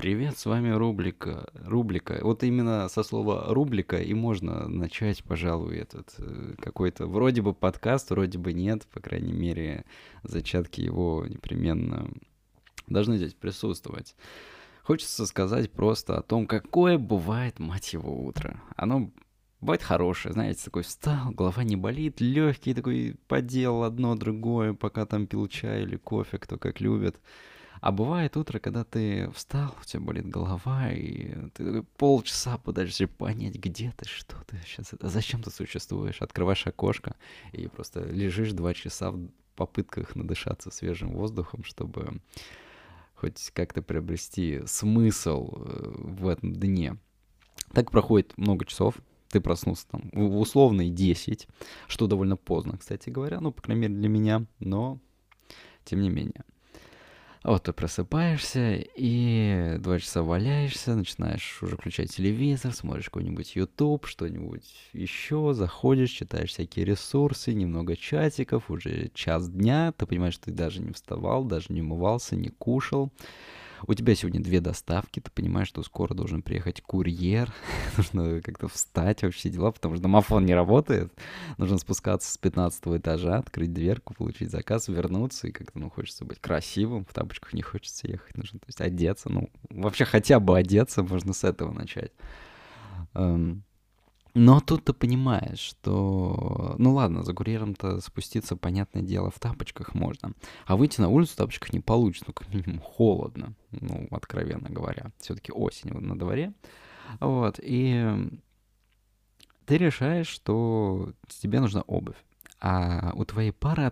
Привет, с вами рубрика. Вот именно со слова рубрика и можно начать, пожалуй, этот какой-то вроде бы подкаст, вроде бы нет, по крайней мере, зачатки его непременно должны здесь присутствовать. Хочется сказать просто о том, какое бывает, мать его, утро. Оно бывает хорошее, знаете, такой встал, голова не болит, легкий такой поделал одно, другое, пока там пил чай или кофе, кто как любит. А бывает утро, когда ты встал, у тебя болит голова, и ты такой полчаса пытаешься понять, где ты, что ты сейчас, это, зачем ты существуешь. Открываешь окошко и просто лежишь 2 часа в попытках надышаться свежим воздухом, чтобы хоть как-то приобрести смысл в этом дне. Так проходит много часов, ты проснулся там в условные 10, что довольно поздно, кстати говоря, ну, по крайней мере, для меня, но тем не менее. Вот ты просыпаешься и 2 часа валяешься, начинаешь уже включать телевизор, смотришь какой-нибудь YouTube, что-нибудь еще, заходишь, читаешь всякие ресурсы, немного чатиков, уже час дня, ты понимаешь, что ты даже не вставал, даже не умывался, не кушал. У тебя сегодня 2 доставки, ты понимаешь, что скоро должен приехать курьер, нужно как-то встать, вообще дела, потому что домофон не работает, нужно спускаться с 15 этажа, открыть дверку, получить заказ, вернуться, и как-то, ну, хочется быть красивым, в тапочках не хочется ехать, нужно, то есть, одеться, ну, вообще хотя бы одеться, можно с этого начать. Эм, но тут ты понимаешь, что, ну ладно, за курьером-то спуститься, понятное дело, в тапочках можно, а выйти на улицу в тапочках не получится, ну, как минимум, холодно, ну, откровенно говоря. Все-таки осень вот на дворе, вот, и ты решаешь, что тебе нужна обувь. А у твоей пары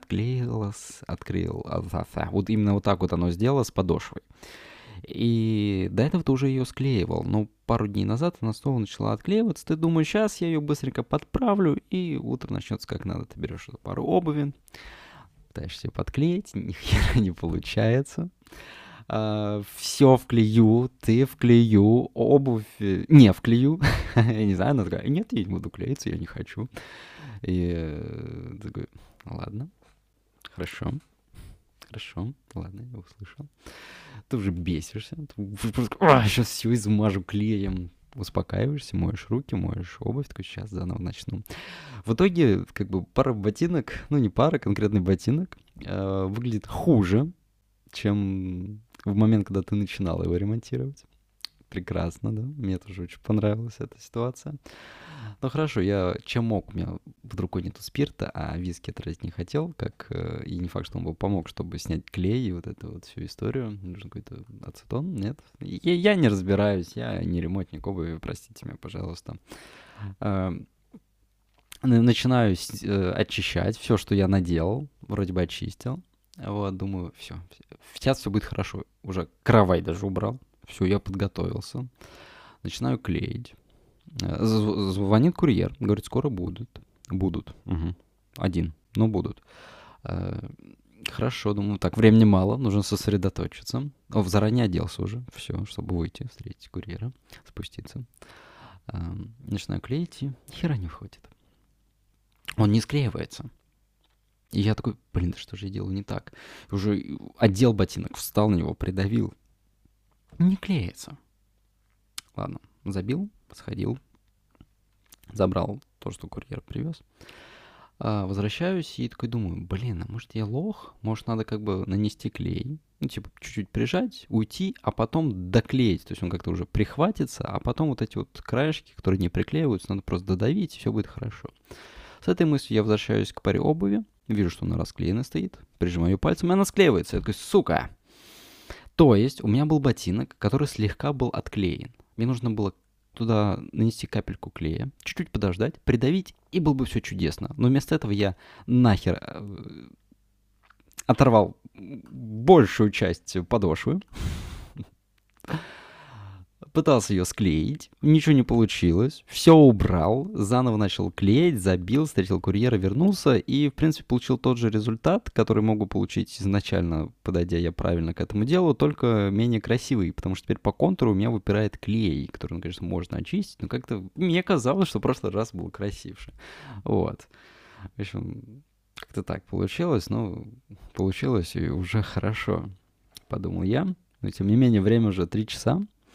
вот именно вот так вот оно сделало с подошвой. И до этого ты уже ее склеивал, но пару дней назад она снова начала отклеиваться. Ты думаешь, сейчас я ее быстренько подправлю, и утро начнется как надо. Ты берешь эту пару обуви, пытаешься ее подклеить, ни хера не получается. Все вклею, ты вклею, обувь не вклею. Я не знаю, она такая, нет, я не буду клеиться, я не хочу. И такой, ладно, хорошо, хорошо, ладно, я услышал. Ты уже бесишься. Ты просто, сейчас все измажу клеем. Успокаиваешься, моешь руки, моешь обувь, такой, сейчас заново начну. В итоге, как бы, пара ботинок, ну не пара, конкретный ботинок, выглядит хуже, чем в момент, когда ты начинал его ремонтировать. Прекрасно, да? Мне тоже очень понравилась эта ситуация. Ну хорошо, я чем мог, у меня под рукой нету спирта, а виски тратить не хотел, и не факт, что он бы помог, чтобы снять клей и вот эту вот всю историю. Нужен какой-то ацетон, нет? Я не разбираюсь, я не ремонтник обуви, простите меня, пожалуйста. А, Начинаю очищать все, что я наделал, вроде бы очистил. Вот, думаю, все, сейчас все будет хорошо. Уже кровать даже убрал, все, я подготовился. Начинаю клеить. Звонит курьер, говорит, скоро будут. Будут. Мгм. Один, но будут. Э, Хорошо, думаю, так, времени мало, нужно сосредоточиться. Заранее оделся уже, все, чтобы выйти, встретить курьера, спуститься. Начинаю клеить, и хера не входит. Он не склеивается. И я такой, блин, да что же я делаю не так? Уже одел ботинок, встал на него, придавил. Не клеится. Ладно, забил, сходил, забрал то, что курьер привез. Возвращаюсь и такой думаю, блин, а может я лох? Может надо как бы нанести клей, ну типа чуть-чуть прижать, уйти, а потом доклеить. То есть он как-то уже прихватится, а потом вот эти вот краешки, которые не приклеиваются, надо просто додавить, и все будет хорошо. С этой мыслью я возвращаюсь к паре обуви, вижу, что она расклеена стоит, прижимаю пальцем, и она склеивается. Я такой, сука! То есть у меня был ботинок, который слегка был отклеен. Мне нужно было туда нанести капельку клея, чуть-чуть подождать, придавить, и было бы все чудесно. Но вместо этого я нахер оторвал большую часть подошвы, пытался ее склеить, ничего не получилось, все убрал, заново начал клеить, забил, встретил курьера, вернулся и, в принципе, получил тот же результат, который могу получить изначально, подойдя я правильно к этому делу, только менее красивый, потому что теперь по контуру у меня выпирает клей, который, ну, конечно, можно очистить, но как-то мне казалось, что в прошлый раз был красивше. Вот. В общем, как-то так получилось, но получилось и уже хорошо, подумал я. Но, тем не менее, время уже 3 часа.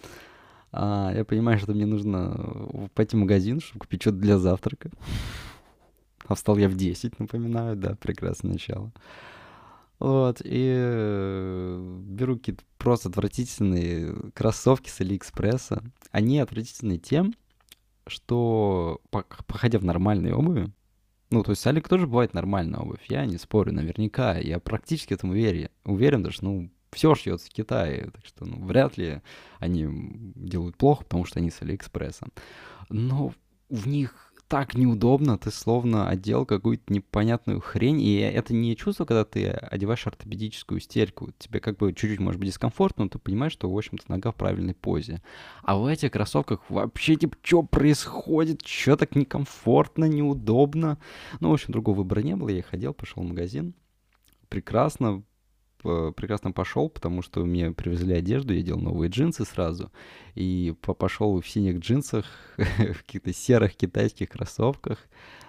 Я понимаю, что мне нужно пойти в магазин, чтобы купить что-то для завтрака. А встал я в 10, напоминаю, да, прекрасное начало. Вот, и беру какие-то просто отвратительные кроссовки с Алиэкспресса. Они отвратительны тем, что, походя в нормальной обуви, ну, то есть с Алик тоже бывает нормальная обувь, я не спорю, наверняка, я практически в этом уверен, потому что, ну, все шьется в Китае, так что, ну, вряд ли они делают плохо, потому что они с Алиэкспресса. Но в них так неудобно, ты словно одел какую-то непонятную хрень, и это не чувство, когда ты одеваешь ортопедическую стельку. Тебе как бы чуть-чуть, может быть, дискомфортно, но ты понимаешь, что, в общем-то, нога в правильной позе. А в этих кроссовках вообще, типа, что происходит? Что так некомфортно, неудобно? Ну, в общем, другого выбора не было, я ходил, пошел в магазин. Прекрасно, прекрасно пошел, потому что мне привезли одежду, я делал новые джинсы сразу, и пошел в синих джинсах, в каких-то серых китайских кроссовках,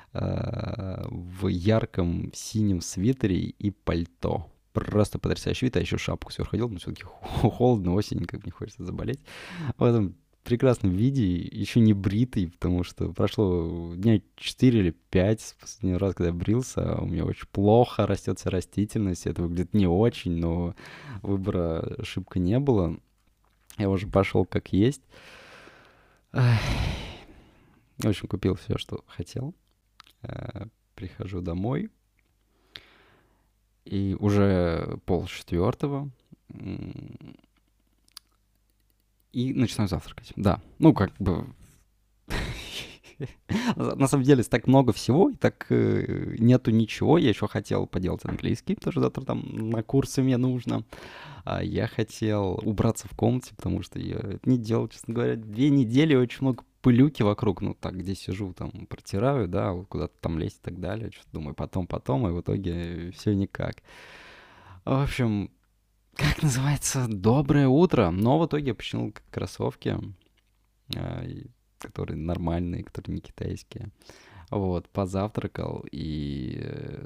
в ярком синем свитере и пальто. Просто потрясающий вид, а еще шапку сверху одел, но все-таки холодно, осень, как мне хочется заболеть. В этом прекрасном виде, еще не бритый, потому что прошло дня 4 или 5 с последний раз, когда я брился, а у меня очень плохо растет вся растительность, это выглядит не очень, но выбора шибко не было. Я уже пошел как есть. Ах. В общем, купил все, что хотел. Прихожу домой, и уже 3:30, и начинаю завтракать. Да, ну как бы на самом деле так много всего, и так нету ничего. Я еще хотел поделать английский, потому что завтра там на курсы мне нужно. Я хотел убраться в комнате, потому что я это не делал, честно говоря. 2 недели, очень много пылюки вокруг. Ну так, где сижу, там протираю, да, вот куда-то там лезть и так далее. Что-то думаю, потом, и в итоге все никак. В общем, как называется, доброе утро. Но в итоге я починил кроссовки, которые нормальные, которые не китайские. Вот, позавтракал, и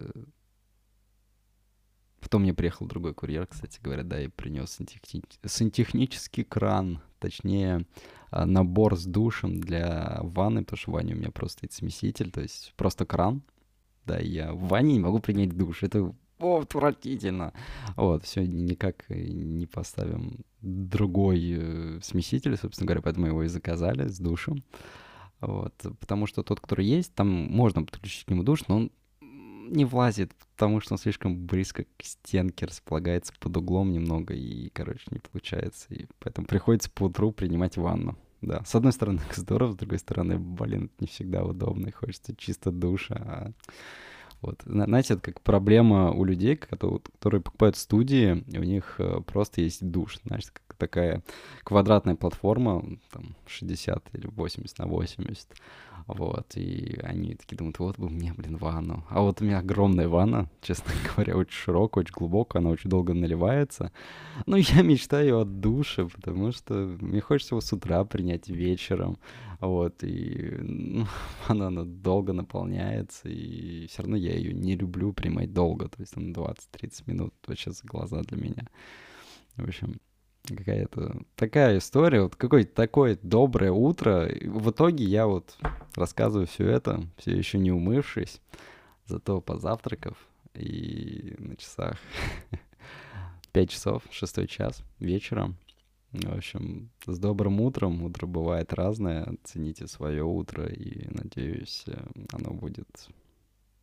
потом мне приехал другой курьер, кстати говоря, да, и принес сантехнический кран, точнее, набор с душем для ванны, потому что в ванне у меня просто стоит смеситель, то есть просто кран, да, и я в ванне не могу принять душ, это отвратительно. Вот, все, никак не поставим другой смеситель, собственно говоря, поэтому его и заказали с душем. Вот, потому что тот, который есть, там можно подключить к нему душ, но он не влазит, потому что он слишком близко к стенке располагается под углом немного, и, короче, не получается. И поэтому приходится по утру принимать ванну. Да, с одной стороны, здорово, с другой стороны, блин, это не всегда удобно, и хочется чисто душа. Вот. Знаете, это как проблема у людей, которые покупают студии, и у них просто есть душ. Знаешь, как такая квадратная платформа, там, 60 или 80 на 80. Вот, и они такие думают, вот бы мне, блин, ванну. А вот у меня огромная ванна, честно говоря, очень широкая, очень глубокая, она очень долго наливается. Ну, я мечтаю о душе, потому что мне хочется его с утра принять вечером. Вот, и ну, она долго наполняется, и все равно я ее не люблю принимать долго, то есть там 20-30 минут вообще за глаза для меня. В общем, какая-то такая история, вот какое-то такое доброе утро. И в итоге я вот рассказываю все это, все еще не умывшись, зато позавтракав, и на часах 5 часов, 6 час вечера. В общем, с добрым утром. Утро бывает разное. Цените свое утро, и, надеюсь, оно будет...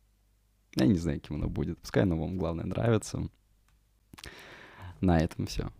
Я не знаю, кем оно будет. Пускай оно вам, главное, нравится. На этом все.